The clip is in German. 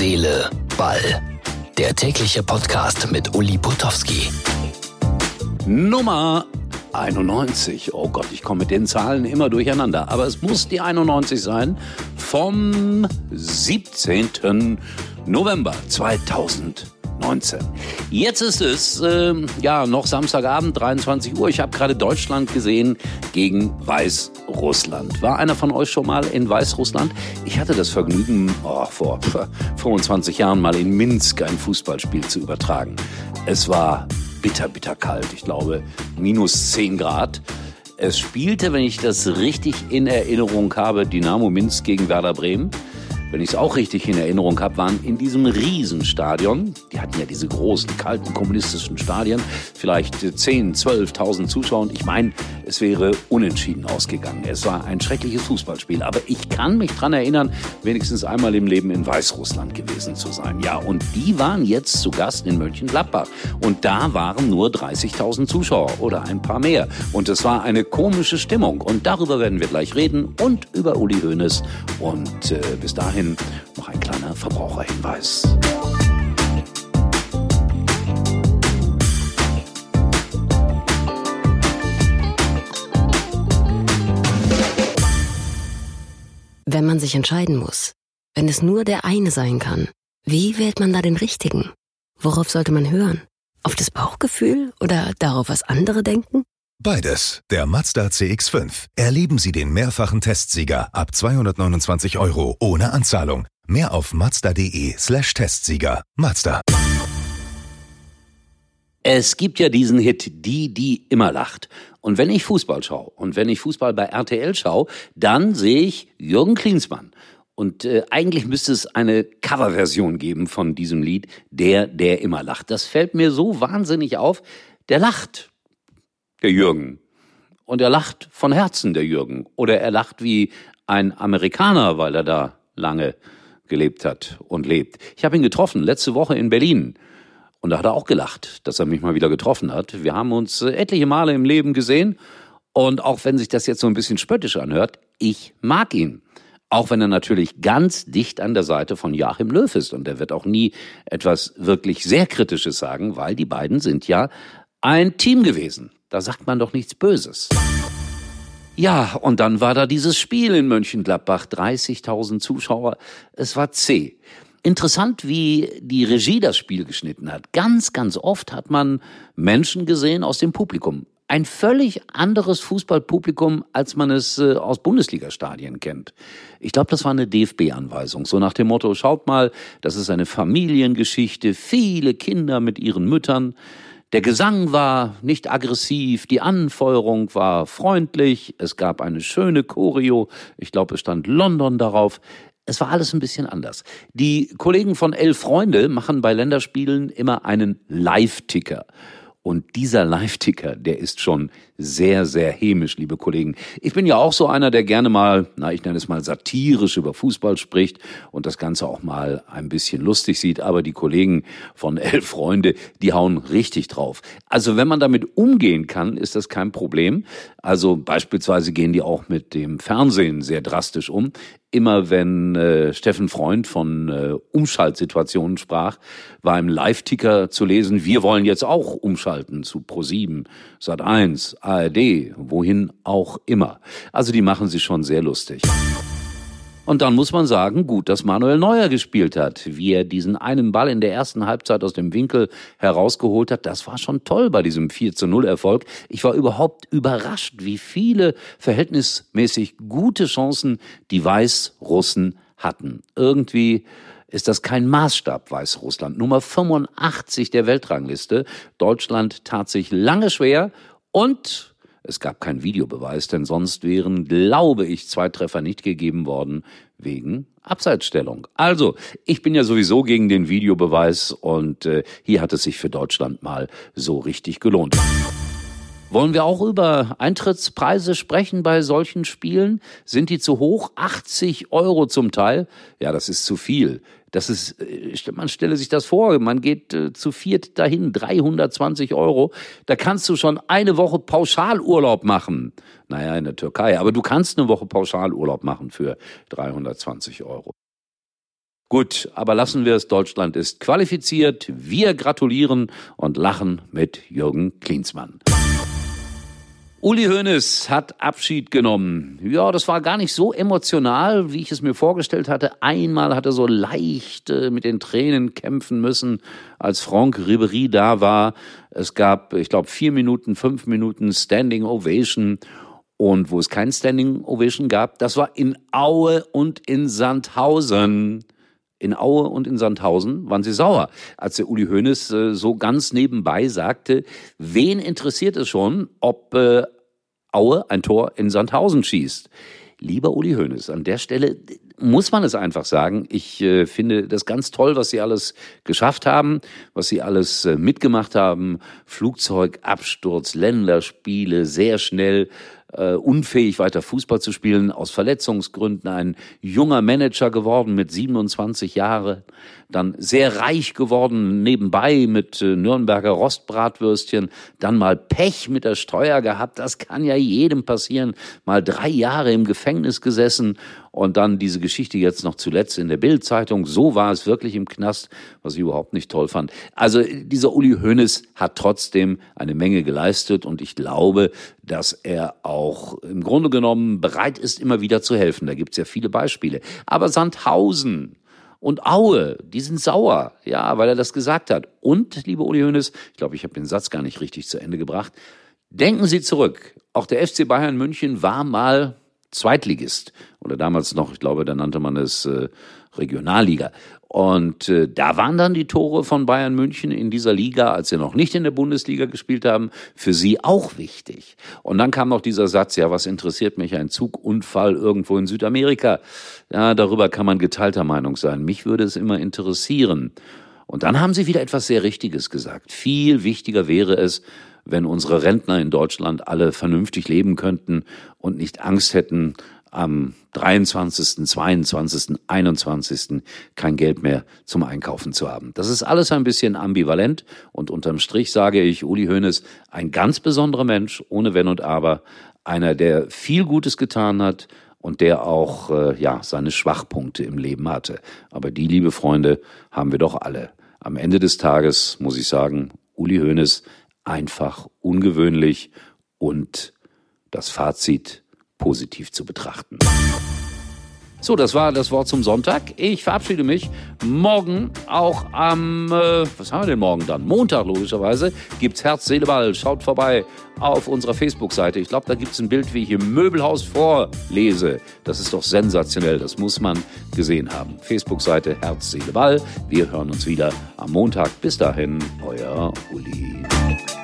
Seele, Ball. Der tägliche Podcast mit Uli Potowski. Nummer 91. Oh Gott, ich komme mit den Zahlen immer durcheinander. Aber es muss die 91 sein vom 17. November 2019. Jetzt ist es noch Samstagabend, 23 Uhr. Ich habe gerade Deutschland gesehen gegen Weißrussland. War einer von euch schon mal in Weißrussland? Ich hatte das Vergnügen, vor 25 Jahren mal in Minsk ein Fußballspiel zu übertragen. Es war bitter kalt. Ich glaube, minus 10 Grad. Es spielte, wenn ich das richtig in Erinnerung habe, Dynamo Minsk gegen Werder Bremen. Wenn ich es auch richtig in Erinnerung habe, waren in diesem Riesenstadion, die hatten ja diese großen, kalten, kommunistischen Stadien, vielleicht 10.000, 12.000 Zuschauer. Und ich meine, es wäre unentschieden ausgegangen. Es war ein schreckliches Fußballspiel. Aber ich kann mich dran erinnern, wenigstens einmal im Leben in Weißrussland gewesen zu sein. Ja, und die waren jetzt zu Gast in Mönchengladbach. Und da waren nur 30.000 Zuschauer oder ein paar mehr. Und es war eine komische Stimmung. Und darüber werden wir gleich reden und über Uli Hoeneß. Und bis dahin noch ein kleiner Verbraucherhinweis. Wenn man sich entscheiden muss, wenn es nur der eine sein kann, wie wählt man da den richtigen? Worauf sollte man hören? Auf das Bauchgefühl oder darauf, was andere denken? Beides. Der Mazda CX-5. Erleben Sie den mehrfachen Testsieger ab 229 € ohne Anzahlung. Mehr auf mazda.de/Testsieger. Mazda. Es gibt ja diesen Hit, die immer lacht. Und wenn ich Fußball schaue und wenn ich Fußball bei RTL schaue, dann sehe ich Jürgen Klinsmann. Und eigentlich müsste es eine Coverversion geben von diesem Lied, der immer lacht. Das fällt mir so wahnsinnig auf. Der lacht. Der Jürgen. Und er lacht von Herzen, der Jürgen. Oder er lacht wie ein Amerikaner, weil er da lange gelebt hat und lebt. Ich habe ihn getroffen, letzte Woche in Berlin. Und da hat er auch gelacht, dass er mich mal wieder getroffen hat. Wir haben uns etliche Male im Leben gesehen. Und auch wenn sich das jetzt so ein bisschen spöttisch anhört, ich mag ihn. Auch wenn er natürlich ganz dicht an der Seite von Joachim Löw ist. Und er wird auch nie etwas wirklich sehr Kritisches sagen, weil die beiden sind ja ein Team gewesen. Da sagt man doch nichts Böses. Ja, und dann war da dieses Spiel in Mönchengladbach, 30.000 Zuschauer. Es war zäh. Interessant, wie die Regie das Spiel geschnitten hat. Ganz oft hat man Menschen gesehen aus dem Publikum. Ein völlig anderes Fußballpublikum, als man es aus Bundesliga-Stadien kennt. Ich glaube, das war eine DFB-Anweisung. So nach dem Motto, schaut mal, das ist eine Familiengeschichte, viele Kinder mit ihren Müttern. Der Gesang war nicht aggressiv, die Anfeuerung war freundlich, es gab eine schöne Choreo, ich glaube, es stand London darauf. Es war alles ein bisschen anders. Die Kollegen von 11 Freunde machen bei Länderspielen immer einen Live-Ticker. Und dieser Live-Ticker, der ist schon sehr hämisch, liebe Kollegen. Ich bin ja auch so einer, der gerne mal, ich nenne es mal satirisch über Fußball spricht und das Ganze auch mal ein bisschen lustig sieht. Aber die Kollegen von 11 Freunde, die hauen richtig drauf. Also wenn man damit umgehen kann, ist das kein Problem. Also beispielsweise gehen die auch mit dem Fernsehen sehr drastisch um. Immer wenn Steffen Freund von Umschaltsituationen sprach, war im Live-Ticker zu lesen, wir wollen jetzt auch umschalten zu ProSieben, Sat.1, ARD, wohin auch immer. Also die machen sich schon sehr lustig. Und dann muss man sagen, gut, dass Manuel Neuer gespielt hat. Wie er diesen einen Ball in der ersten Halbzeit aus dem Winkel herausgeholt hat, das war schon toll bei diesem 4:0-Erfolg. Ich war überhaupt überrascht, wie viele verhältnismäßig gute Chancen die Weißrussen hatten. Irgendwie ist das kein Maßstab, Weißrussland. Nummer 85 der Weltrangliste. Deutschland tat sich lange schwer und es gab keinen Videobeweis, denn sonst wären, glaube ich, 2 Treffer nicht gegeben worden wegen Abseitsstellung. Also, ich bin ja sowieso gegen den Videobeweis und hier hat es sich für Deutschland mal so richtig gelohnt. Wollen wir auch über Eintrittspreise sprechen bei solchen Spielen? Sind die zu hoch? 80 € zum Teil? Ja, das ist zu viel. Das ist, man stelle sich das vor, man geht zu viert dahin, 320 €. Da kannst du schon eine Woche Pauschalurlaub machen. Naja, in der Türkei. Aber du kannst eine Woche Pauschalurlaub machen für 320 €. Gut, aber lassen wir es. Deutschland ist qualifiziert. Wir gratulieren und lachen mit Jürgen Klinsmann. Uli Hoeneß hat Abschied genommen. Ja, das war gar nicht so emotional, wie ich es mir vorgestellt hatte. Einmal hat er so leicht mit den Tränen kämpfen müssen, als Franck Ribéry da war. Es gab, ich glaube, 4 Minuten, 5 Minuten Standing Ovation. Und wo es kein Standing Ovation gab, das war in Aue und in Sandhausen. In Aue und in Sandhausen waren sie sauer, als der Uli Hoeneß so ganz nebenbei sagte, wen interessiert es schon, ob Aue ein Tor in Sandhausen schießt. Lieber Uli Hoeneß, an der Stelle muss man es einfach sagen. Ich finde das ganz toll, was Sie alles geschafft haben, was Sie alles mitgemacht haben. Flugzeugabsturz, Länderspiele, sehr schnell, unfähig weiter Fußball zu spielen, aus Verletzungsgründen ein junger Manager geworden mit 27 Jahren, dann sehr reich geworden nebenbei mit Nürnberger Rostbratwürstchen, dann mal Pech mit der Steuer gehabt, das kann ja jedem passieren, mal 3 Jahre im Gefängnis gesessen und dann diese Geschichte jetzt noch zuletzt in der Bild-Zeitung, so war es wirklich im Knast, was ich überhaupt nicht toll fand. Also dieser Uli Hoeneß hat trotzdem eine Menge geleistet und ich glaube, dass er auch im Grunde genommen bereit ist, immer wieder zu helfen. Da gibt's ja viele Beispiele. Aber Sandhausen und Aue, die sind sauer, ja, weil er das gesagt hat. Und, lieber Uli Hoeneß, ich glaube, ich habe den Satz gar nicht richtig zu Ende gebracht, denken Sie zurück. Auch der FC Bayern München war mal Zweitligist. Oder damals noch, ich glaube, da nannte man es Regionalliga. Und da waren dann die Tore von Bayern München in dieser Liga, als sie noch nicht in der Bundesliga gespielt haben, für sie auch wichtig. Und dann kam noch dieser Satz, ja, was interessiert mich ein Zugunfall irgendwo in Südamerika? Ja, darüber kann man geteilter Meinung sein. Mich würde es immer interessieren. Und dann haben sie wieder etwas sehr Richtiges gesagt. Viel wichtiger wäre es, wenn unsere Rentner in Deutschland alle vernünftig leben könnten und nicht Angst hätten, am 23., 22., 21. kein Geld mehr zum Einkaufen zu haben. Das ist alles ein bisschen ambivalent und unterm Strich sage ich, Uli Hoeneß, ein ganz besonderer Mensch, ohne Wenn und Aber, einer, der viel Gutes getan hat und der auch seine Schwachpunkte im Leben hatte. Aber die, liebe Freunde, haben wir doch alle. Am Ende des Tages muss ich sagen, Uli Hoeneß einfach ungewöhnlich und das Fazit positiv zu betrachten. So, das war das Wort zum Sonntag. Ich verabschiede mich. Morgen auch am, was haben wir denn morgen dann? Montag logischerweise gibt's Herz, Seele, Ball. Schaut vorbei auf unserer Facebook-Seite. Ich glaube, da gibt's ein Bild, wie ich im Möbelhaus vorlese. Das ist doch sensationell. Das muss man gesehen haben. Facebook-Seite Herz, Seele, Ball. Wir hören uns wieder am Montag. Bis dahin, euer Uli.